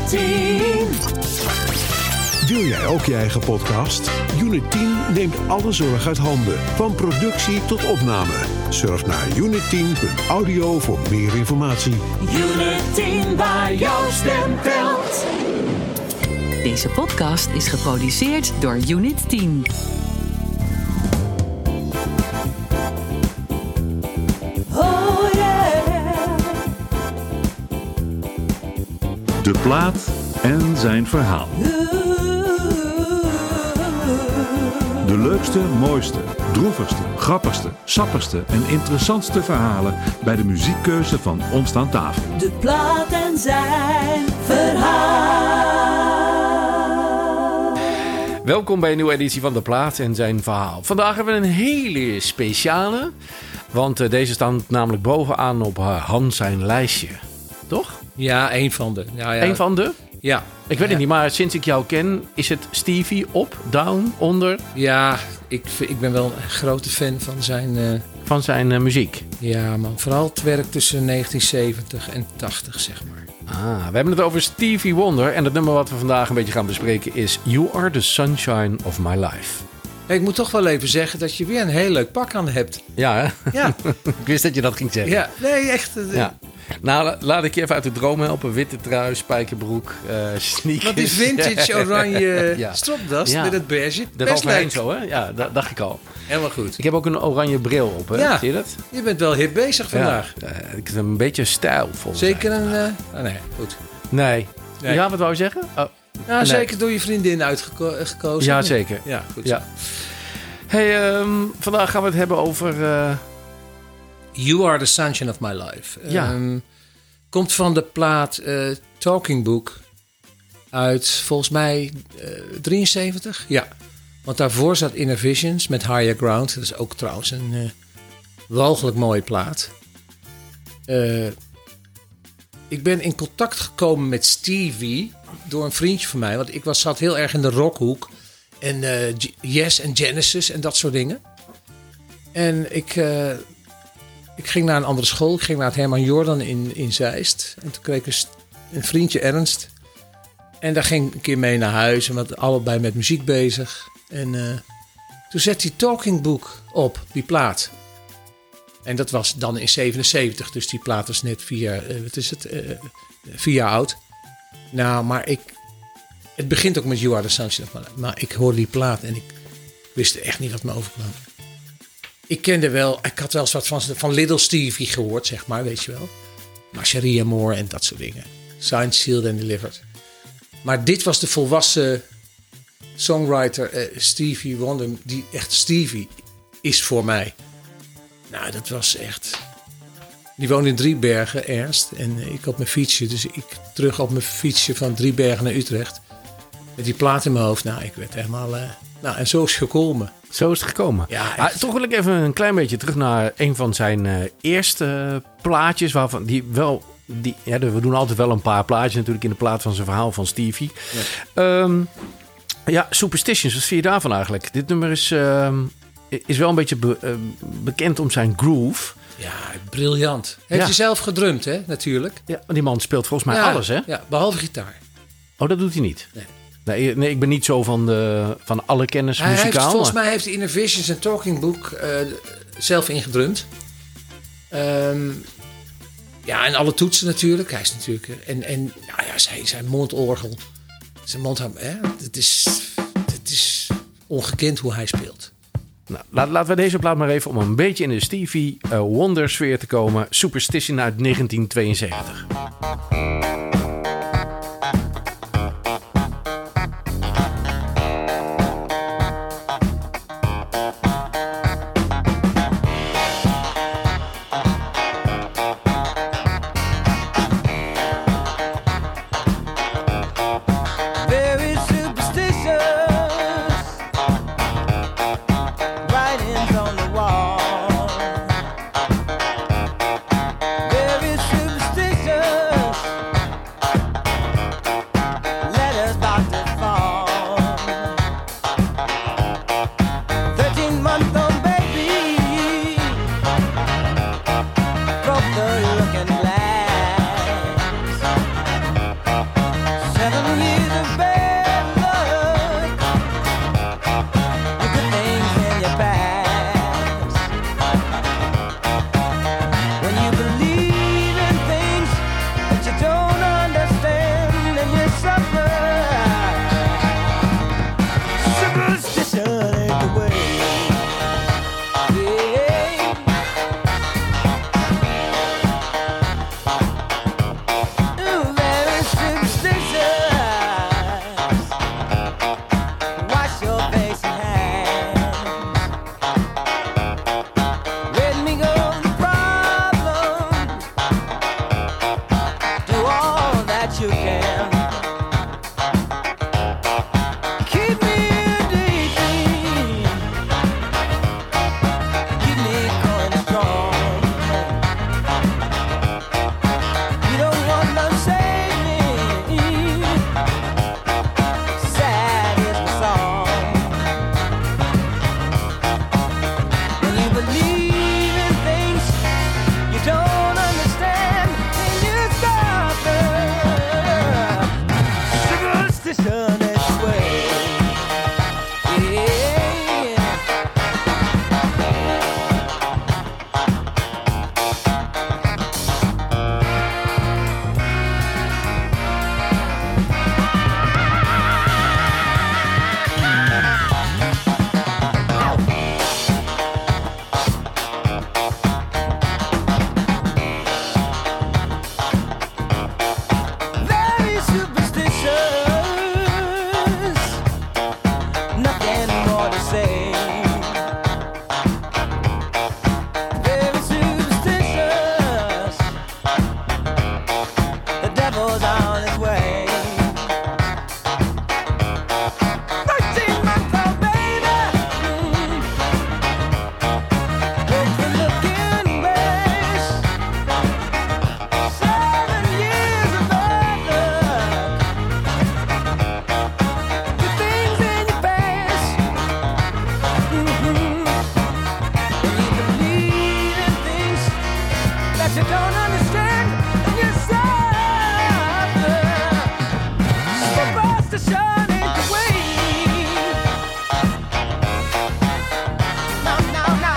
Unit 10. Wil jij ook je eigen podcast? Unit 10 neemt alle zorg uit handen. Van productie tot opname. Surf naar unit10.audio voor meer informatie. Unit 10, waar jouw stem telt. Deze podcast is geproduceerd door Unit 10. Oh yeah. De plaat en zijn verhaal. De leukste, mooiste, droevigste, grappigste, sappigste en interessantste verhalen bij de muziekkeuze van ons aan tafel. De plaat en zijn verhaal. Welkom bij een nieuwe editie van De Plaat en zijn verhaal. Vandaag hebben we een hele speciale, want deze staan namelijk bovenaan op Hans zijn lijstje. Toch? Ja, één van de. Ja. Een van de? Ja. Ik weet het niet, maar sinds ik jou ken, is het Stevie op, down, onder Ja, ik ben wel een grote fan van zijn... van zijn muziek. Ja, man. Vooral het werk tussen 1970 en 80, zeg maar. We hebben het over Stevie Wonder en het nummer wat we vandaag een beetje gaan bespreken is You Are the Sunshine of My Life. Hey, ik moet toch wel even zeggen dat je weer een heel leuk pak aan hebt. Ja, hè? Ja. Ik wist dat je dat ging zeggen. Ja, nee, echt. Ja. Nou, laat ik je even uit de droom helpen. Witte trui, spijkerbroek, sneakers. Wat is vintage oranje Ja. stropdas Ja. met het beige. Dat Best overheen leuk. zo, hè? Ja, dat dacht ik al. Helemaal goed. Ik heb ook een oranje bril op, hè? Ja. Zie je dat? Je bent wel hip bezig vandaag. Ja, ik heb een beetje stijl, volgens Zeker mij. een... nee, goed. Nee. Nee. Ja, wat wou je zeggen? Oh, Nou, nee. zeker door je vriendin uitgekozen. Ja, zeker. Ja, goed zo. Ja. Hey, vandaag gaan we het hebben over... You Are the Sunshine of My Life. Ja. Komt van de plaat Talking Book uit volgens mij 73. Ja, want daarvoor zat Inner Visions met Higher Ground. Dat is ook trouwens een walgelijk mooie plaat. Ik ben in contact gekomen met Stevie door een vriendje van mij. Want ik zat heel erg in de rockhoek. En Yes en Genesis en dat soort dingen. En ik ging naar een andere school. Ik ging naar het Herman Jordan in Zeist. En toen kreeg ik een vriendje Ernst. En daar ging ik een keer mee naar huis. En we waren allebei met muziek bezig. En toen zette hij Talking Book op, die plaat. En dat was dan in 77. Dus die plaat was net 4 jaar oud. Nou, maar het begint ook met You Are the Sunshine of My Life. Maar ik hoorde die plaat en ik wist echt niet wat me overkwam. Ik had wel eens wat van Little Stevie gehoord, zeg maar, weet je wel. Marcheria Moore en dat soort dingen. Signed, Sealed and Delivered. Maar dit was de volwassen songwriter Stevie Wonder, die echt Stevie is voor mij. Nou, dat was echt... Die woonde in Driebergen, Ernst. En ik op mijn fietsje, dus ik terug op mijn fietsje van Driebergen naar Utrecht. Met die plaat in mijn hoofd. Nou, ik werd helemaal... en zo is het gekomen. Zo is het gekomen. Ja, echt. Toch wil ik even een klein beetje terug naar een van zijn eerste plaatjes. Waarvan we doen altijd wel een paar plaatjes natuurlijk in de plaat van zijn verhaal van Stevie. Ja. Superstitions, wat vind je daarvan eigenlijk? Dit nummer is wel een beetje bekend om zijn groove. Ja, briljant. Heeft hij zelf gedrumd, hè, natuurlijk. Ja, die man speelt volgens mij alles, hè? Ja, behalve gitaar. Oh, dat doet hij niet? Nee. Nee, ik ben niet zo van alle kennis muzikaal. Volgens mij heeft hij Inner Visions en Talking Book zelf ingedrumd. En alle toetsen natuurlijk. Hij is natuurlijk... zijn mondorgel. Zijn het is ongekend hoe hij speelt. Nou, laten we deze plaat maar even om een beetje in de Stevie Wonder sfeer te komen. Superstition uit 1972. that you don't understand yourself. Superstition ain't the way. No, no, no.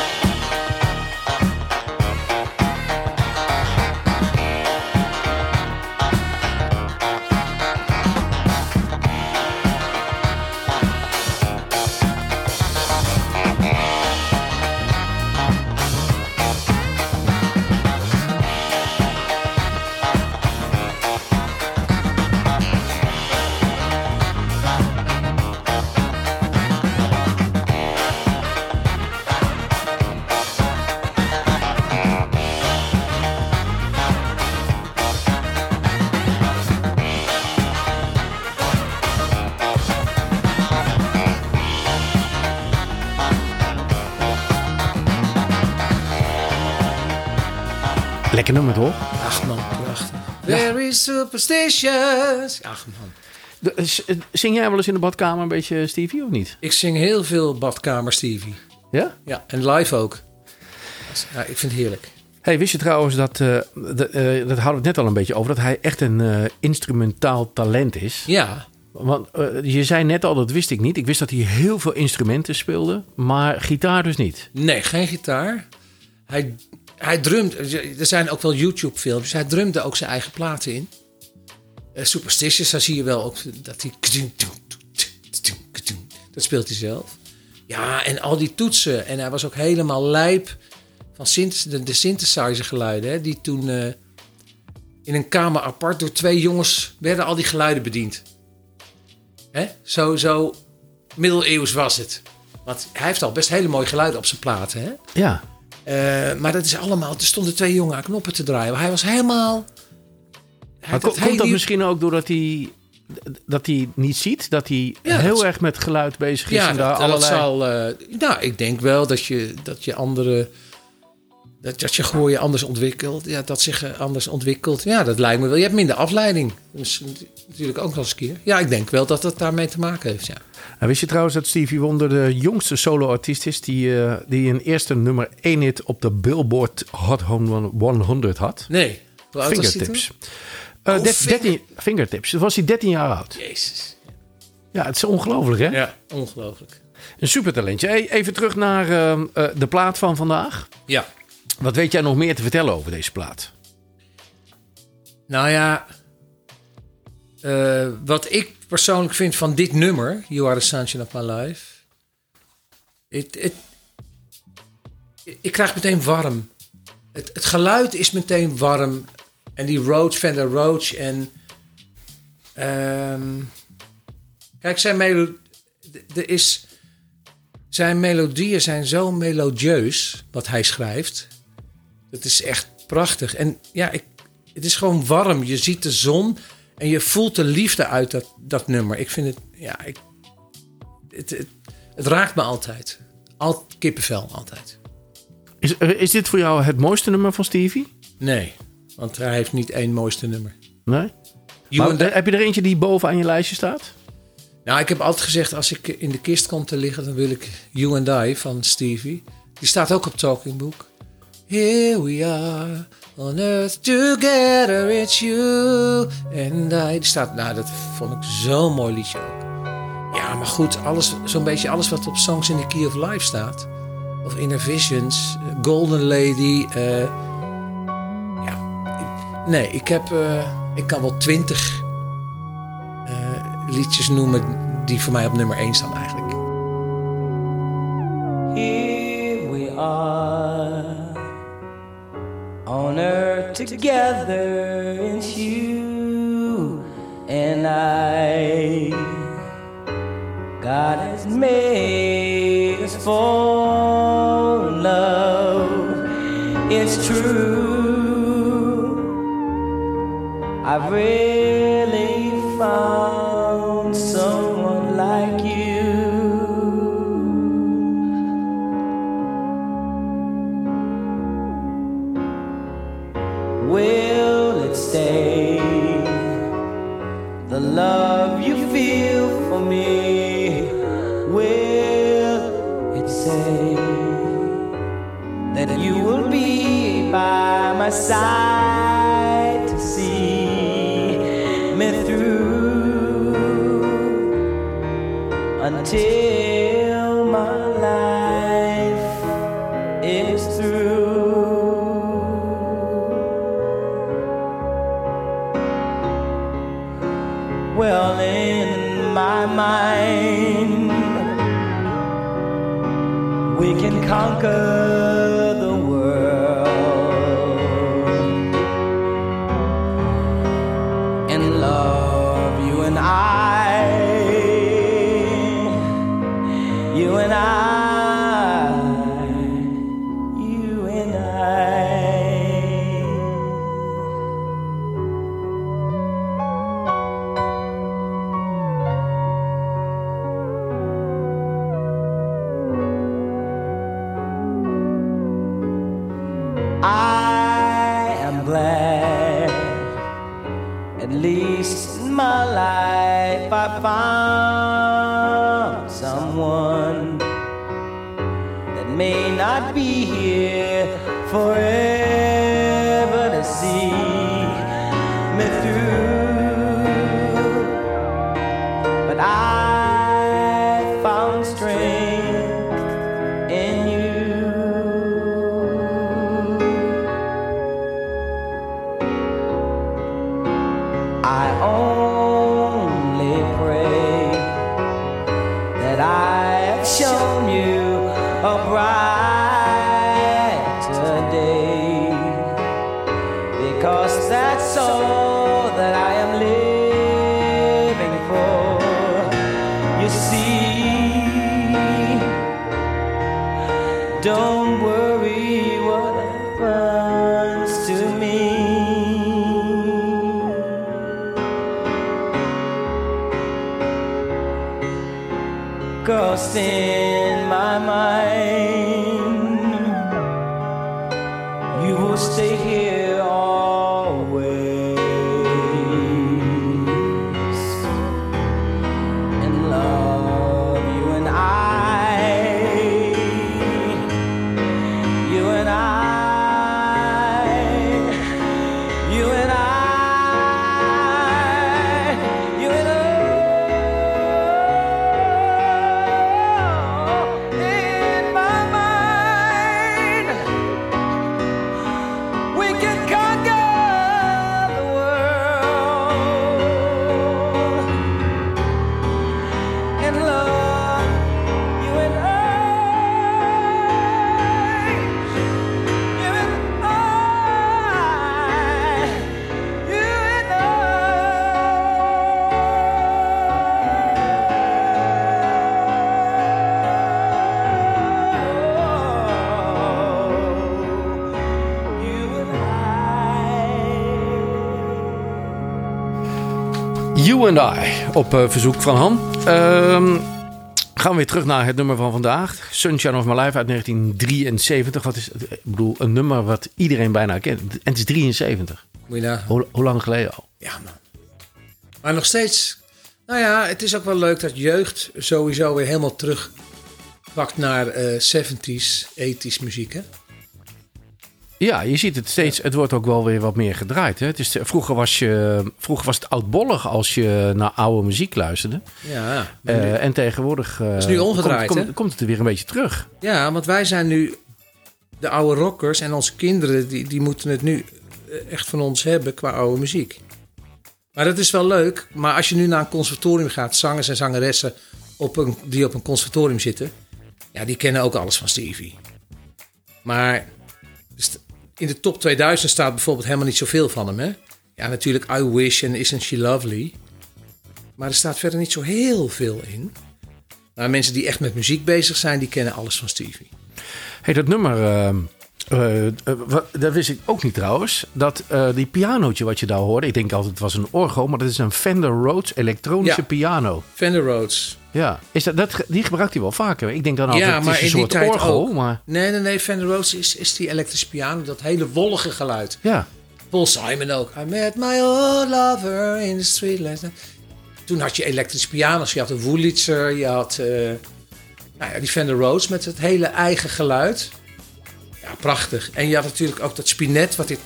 Lekker nummer, toch? Ach man, prachtig. Very superstitious. Ach man. Zing jij wel eens in de badkamer een beetje Stevie of niet? Ik zing heel veel badkamer Stevie. Ja? Ja, en live ook. Ja, ik vind het heerlijk. Hey, wist je trouwens dat, dat hadden we het net al een beetje over, dat hij echt een instrumentaal talent is? Ja. Want je zei net al, dat wist ik niet. Ik wist dat hij heel veel instrumenten speelde, maar gitaar dus niet. Nee, geen gitaar. Hij drumt. Er zijn ook wel YouTube-filmpjes. Hij drumde ook zijn eigen platen in. Superstitious, daar zie je wel ook dat hij... Dat speelt hij zelf. Ja, en al die toetsen. En hij was ook helemaal lijp van de synthesizer geluiden. Hè, die toen in een kamer apart door 2 jongens werden al die geluiden bediend. Hè? Zo middeleeuws was het. Want hij heeft al best hele mooie geluiden op zijn platen. Hè? Ja. Maar dat is allemaal... Er stonden 2 jongen aan knoppen te draaien. Hij was helemaal... Maar komt dat misschien ook doordat hij niet ziet? Dat hij heel erg met geluid bezig is? Ja, en daar allerlei... nou, ik denk wel dat je andere... Dat je gehoor je anders ontwikkelt. Ja, dat zich anders ontwikkelt. Ja, dat lijkt me wel. Je hebt minder afleiding. Dus natuurlijk ook nog eens een keer. Ja, ik denk wel dat dat daarmee te maken heeft, ja. En wist je trouwens dat Stevie Wonder de jongste solo-artiest is... die een eerste nummer 1 hit op de Billboard Hot 100 had? Nee. Hoe oud was hij toen? Fingertips. Fingertips. Dat was hij 13 jaar oud. Jezus. Ja, het is ongelooflijk, hè? Ja, ongelooflijk. Een supertalentje. Hey, even terug naar de plaat van vandaag. Ja. Wat weet jij nog meer te vertellen over deze plaat? Nou ja, wat ik persoonlijk vind van dit nummer, You Are the Sunshine of My Life. Ik krijg meteen warm. Het geluid is meteen warm. En die Fender Roach en... kijk, zijn melodieën zijn zo melodieus, wat hij schrijft. Het is echt prachtig. En ja, het is gewoon warm. Je ziet de zon en je voelt de liefde uit dat nummer. Ik vind het... Ja, het raakt me altijd. Kippenvel, altijd. Is dit voor jou het mooiste nummer van Stevie? Nee, want hij heeft niet één mooiste nummer. Nee? Heb je er eentje die boven aan je lijstje staat? Nou, ik heb altijd gezegd, als ik in de kist kom te liggen... dan wil ik You and I van Stevie. Die staat ook op Talking Book. Here we are, on earth together, it's you and I. Die staat, nou, dat vond ik zo'n mooi liedje ook. Ja, maar goed, zo'n beetje alles wat op Songs in the Key of Life staat. Of Inner Visions, Golden Lady. Ik kan wel 20 liedjes noemen die voor mij op nummer 1 staan eigenlijk. Here we are, on earth together, it's you and I. God has made us fall in love. It's true, I've really found someone like you. Will it stay, the love you feel for me? Will it say that you will be by my my side to see me through until my life is through. Well, in my mind, we can conquer the world and love, you and I, you and I, you and I. I am glad, at least in my life I found someone that may not be here forever to see me through, but I found strength in you. I only pray that I have shown you a brighter day, because that's all that I am living for. You see, don't worry what happens to me. Cause in my mind, you will stay here always, and love, you and I, you and I, you and I, you and I. In my mind, we can conquer the world and love, you and I, you and I, you and You and I, op verzoek van Han. Gaan we weer terug naar het nummer van vandaag. Sunshine of My Life uit 1973. Wat is, ik bedoel, een nummer wat iedereen bijna kent. En het is 73. Moet je nagaan. Hoe lang geleden al? Ja, man. Maar nog steeds. Nou ja, het is ook wel leuk dat jeugd sowieso weer helemaal terugpakt naar 70s, 80s muziek, hè? Ja, je ziet het steeds. Het wordt ook wel weer wat meer gedraaid. Hè? Het is, vroeger was het oudbollig als je naar oude muziek luisterde. Ja. En tegenwoordig is nu omgedraaid, hè? komt het er weer een beetje terug. Ja, want wij zijn nu de oude rockers en onze kinderen die moeten het nu echt van ons hebben qua oude muziek. Maar dat is wel leuk. Maar als je nu naar een conservatorium gaat, zangers en zangeressen die op een conservatorium zitten, ja, die kennen ook alles van Stevie. Maar in de top 2000 staat bijvoorbeeld helemaal niet zoveel van hem, hè? Ja, natuurlijk I Wish en Isn't She Lovely. Maar er staat verder niet zo heel veel in. Maar mensen die echt met muziek bezig zijn, die kennen alles van Stevie. Hey, dat nummer, dat wist ik ook niet trouwens. Dat die pianootje wat je daar hoorde, ik denk altijd het was een orgel, maar dat is een Fender Rhodes elektronische piano. Fender Rhodes. Ja, die gebruikt hij wel vaker. Ik denk dan altijd, ja, maar het is een in die soort tijd orgel. ook. Maar... Nee, Fender Rhodes is die elektrische piano, dat hele wollige geluid. Ja. Paul Simon ook. I met my old lover in the street last night. Toen had je elektrische piano's. Je had een Wurlitzer, je had die Fender Rhodes met het hele eigen geluid. Ja, prachtig. En je had natuurlijk ook dat spinet, wat dit...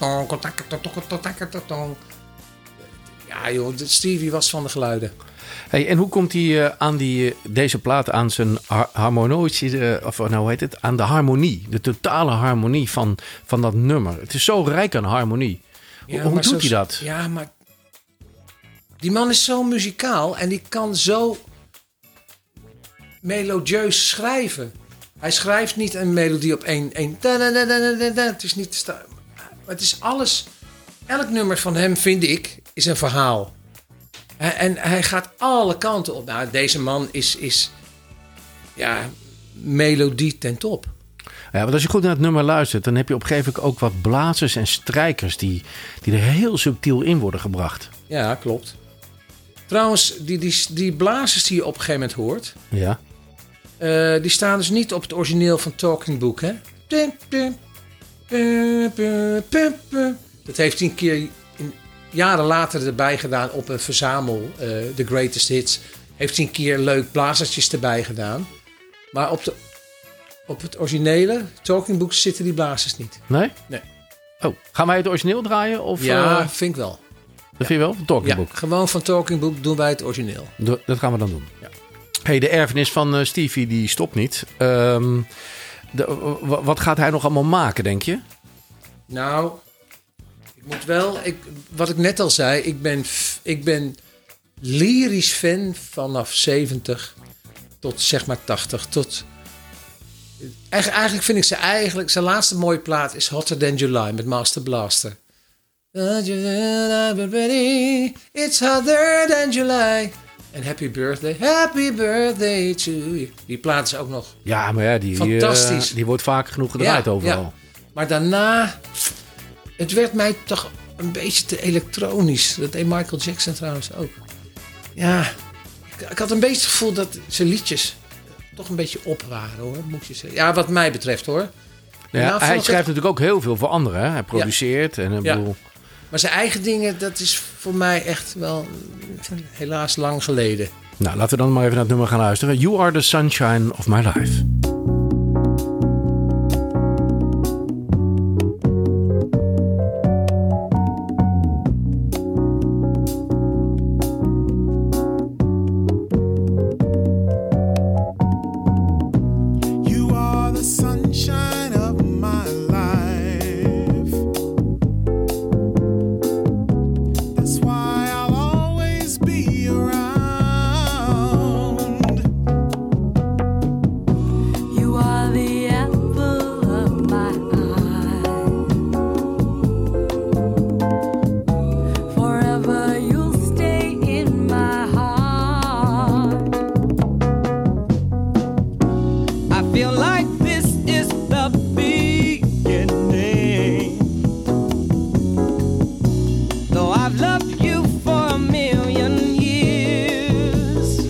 Ja joh, Stevie was van de geluiden. Hey, en hoe komt hij aan deze plaat aan zijn harmonische, aan de harmonie, de totale harmonie van dat nummer? Het is zo rijk aan harmonie. Ja, hoe doet hij dat? Ja, maar die man is zo muzikaal en die kan zo melodieus schrijven. Hij schrijft niet een melodie op één. Het is niet. Het is alles. Elk nummer van hem, vind ik, is een verhaal. En hij gaat alle kanten op. Nou, deze man is melodie ten top. Ja, want als je goed naar het nummer luistert, dan heb je op een gegeven moment ook wat blazers en strijkers die er heel subtiel in worden gebracht. Ja, klopt. Trouwens, die blazers die je op een gegeven moment hoort, Ja. die staan dus niet op het origineel van Talking Book, hè? Dat heeft hij een keer jaren later erbij gedaan op een verzamel, The Greatest Hits. Heeft hij een keer leuk blazertjes erbij gedaan. Maar op het originele Talking Book zitten die blazers niet. Nee? Nee. Oh, gaan wij het origineel draaien? Of, Ja, vind ik wel. Dat vind je wel? Talking Ja, Book. gewoon van Talking Book doen wij het origineel. Dat gaan we dan doen. Ja. Hey, de erfenis van Stevie die stopt niet. Wat gaat hij nog allemaal maken, denk je? Nou, ik moet wel... wat ik net al zei, ik ben lyrisch fan vanaf 70 tot zeg maar 80. Eigenlijk vind ik zijn laatste mooie plaat is Hotter Than July met Master Blaster. It's hotter than July. En Happy Birthday to you. Die plaat is ook nog Ja, maar ja, fantastisch. Die wordt vaak genoeg gedraaid overal. Ja. Maar daarna, het werd mij toch een beetje te elektronisch. Dat deed Michael Jackson trouwens ook. Ja, ik had een beetje het gevoel dat zijn liedjes toch een beetje op waren, hoor, moet je zeggen. Ja, wat mij betreft, hoor. Ja, hij schrijft natuurlijk ook heel veel voor anderen. Hè? Hij produceert en ik bedoel... Maar zijn eigen dingen, dat is voor mij echt wel helaas lang geleden. Nou, laten we dan maar even naar het nummer gaan luisteren. You are the sunshine of my life. You are the sunshine of my life. That's why I'll always be around. You are the apple of my eye. Forever you'll stay in my heart. I feel like this is the beginning. Though I've loved you for a million years.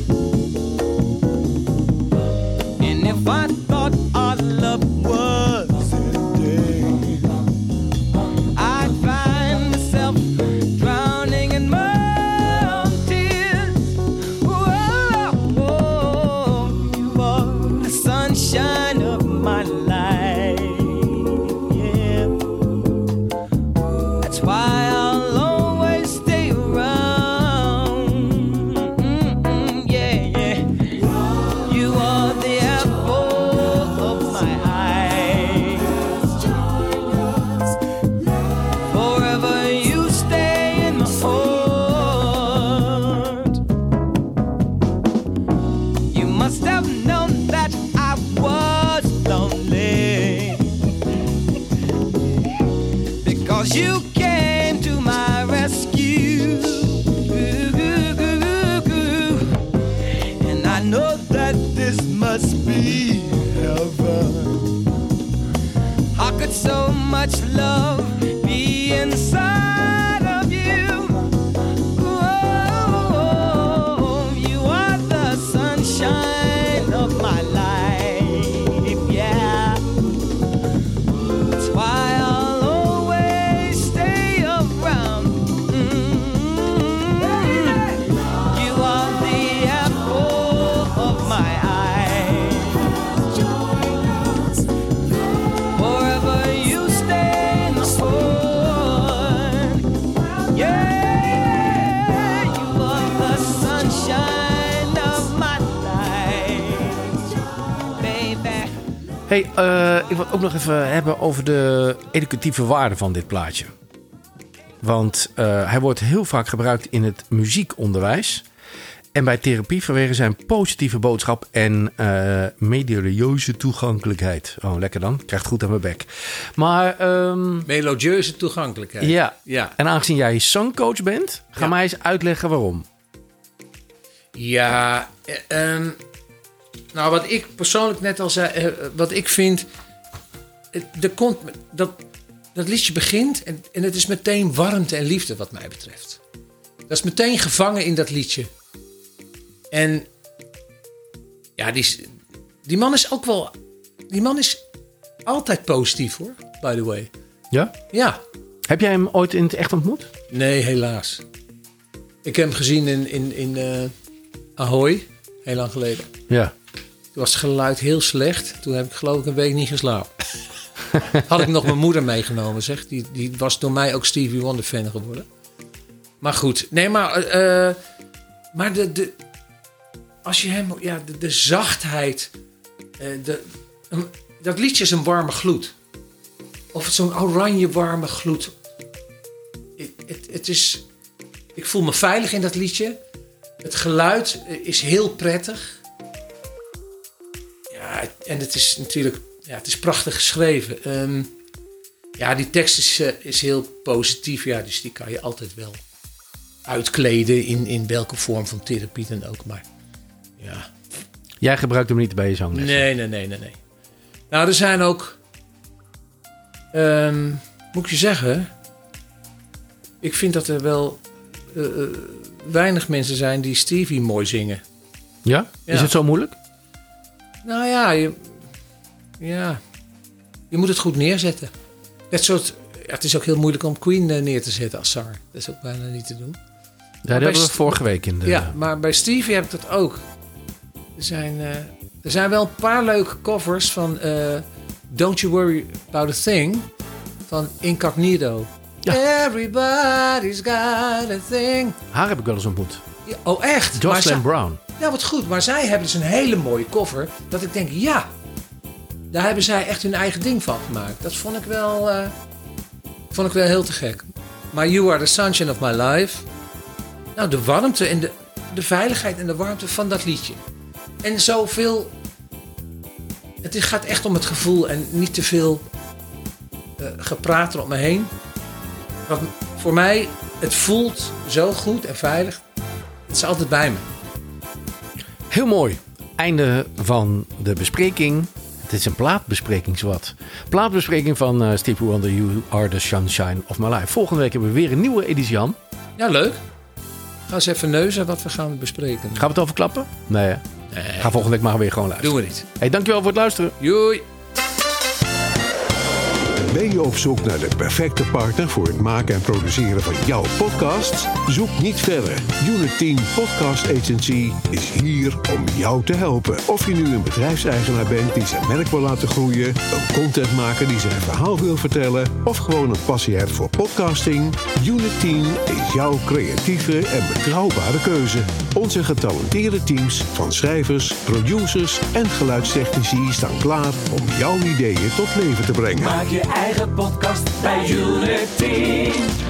And if I thought our love was ending, I'd find myself drowning in my own tears. Whoa, you are the sunshine of my life. Yeah, that's why I'll always stay around. Yeah. You are the apple of my eye. Forever you stay in my heart. You must have known that I was lonely, because you came to my rescue. And I know that this must be heaven. How could so much love be inside of you? Oh, you are the sunshine of my life. Yeah, that's why I'll always stay around. You are the apple of my eye. Forever Hey, ik wil ook nog even hebben over de educatieve waarde van dit plaatje. Want hij wordt heel vaak gebruikt in het muziekonderwijs. En bij therapie vanwege zijn positieve boodschap en melodieuze toegankelijkheid. Oh, lekker dan. Krijgt goed aan mijn bek. Maar... Melodieuze toegankelijkheid. Ja. En aangezien jij zangcoach bent, ga mij eens uitleggen waarom. Ja, nou wat ik persoonlijk net al zei, wat ik vind, dat liedje begint en het is meteen warmte en liefde wat mij betreft. Dat is meteen gevangen in dat liedje. En ja, die man is ook wel, die man is altijd positief hoor, by the way. Ja? Ja. Heb jij hem ooit in het echt ontmoet? Nee, helaas. Ik heb hem gezien in Ahoy, heel lang geleden. Ja. Toen was het geluid heel slecht. Toen heb ik geloof ik een week niet geslapen. Had ik nog mijn moeder meegenomen, zeg. Die was door mij ook Stevie Wonder fan geworden. Maar goed. Nee, maar als je hem... Ja, de zachtheid. Dat liedje is een warme gloed. Of het zo'n oranje warme gloed. Het is... Ik voel me veilig in dat liedje. Het geluid is heel prettig. Ja, en het is natuurlijk... Ja, het is prachtig geschreven. Ja, die tekst is heel positief. Ja, dus die kan je altijd wel uitkleden in welke vorm van therapie dan ook. Maar ja. Jij gebruikt hem niet bij je zangles? Nee. Nou, er zijn ook... moet ik je zeggen... Ik vind dat er wel weinig mensen zijn die Stevie mooi zingen. Ja? Is het zo moeilijk? Nou ja, je moet het goed neerzetten. Het is ook heel moeilijk om Queen neer te zetten als zanger. Dat is ook bijna niet te doen. Ja, dat hebben we vorige week in de... Ja, maar bij Stevie heb ik dat ook. Er zijn wel een paar leuke covers van Don't You Worry About A Thing van Incognito. Ja. Everybody's got a thing. Haar heb ik wel eens ontmoet. Ja, oh, echt? Jocelyn Brown. Ja, wat goed. Maar zij hebben dus een hele mooie cover. Dat ik denk, ja, daar hebben zij echt hun eigen ding van gemaakt. Dat vond ik wel heel te gek. Maar You Are The Sunshine Of My Life. Nou, de warmte en de veiligheid en de warmte van dat liedje. En zoveel... Het gaat echt om het gevoel en niet te veel gepraat er om me heen. Want voor mij, het voelt zo goed en veilig. Het is altijd bij me. Heel mooi. Einde van de bespreking. Het is een plaatbespreking, zowat. Plaatbespreking van Stevie Wonder, You Are The Sunshine Of My Life. Volgende week hebben we weer een nieuwe editie, Jan. Ja, leuk. Ga eens even neuzen wat we gaan bespreken. Gaan we het overklappen? Nee, hè? Nee. Ga volgende week maar weer gewoon luisteren. Doen we niet. Hey, dankjewel voor het luisteren. Joei. Ben je op zoek naar de perfecte partner voor het maken en produceren van jouw podcast? Zoek niet verder. Unit10 Podcast Agency is hier om jou te helpen. Of je nu een bedrijfseigenaar bent die zijn merk wil laten groeien, een contentmaker die zijn verhaal wil vertellen, of gewoon een passie hebt voor podcasting, Unit10 is jouw creatieve en betrouwbare keuze. Onze getalenteerde teams van schrijvers, producers en geluidstechnici staan klaar om jouw ideeën tot leven te brengen. Maak je eigen podcast bij Unity.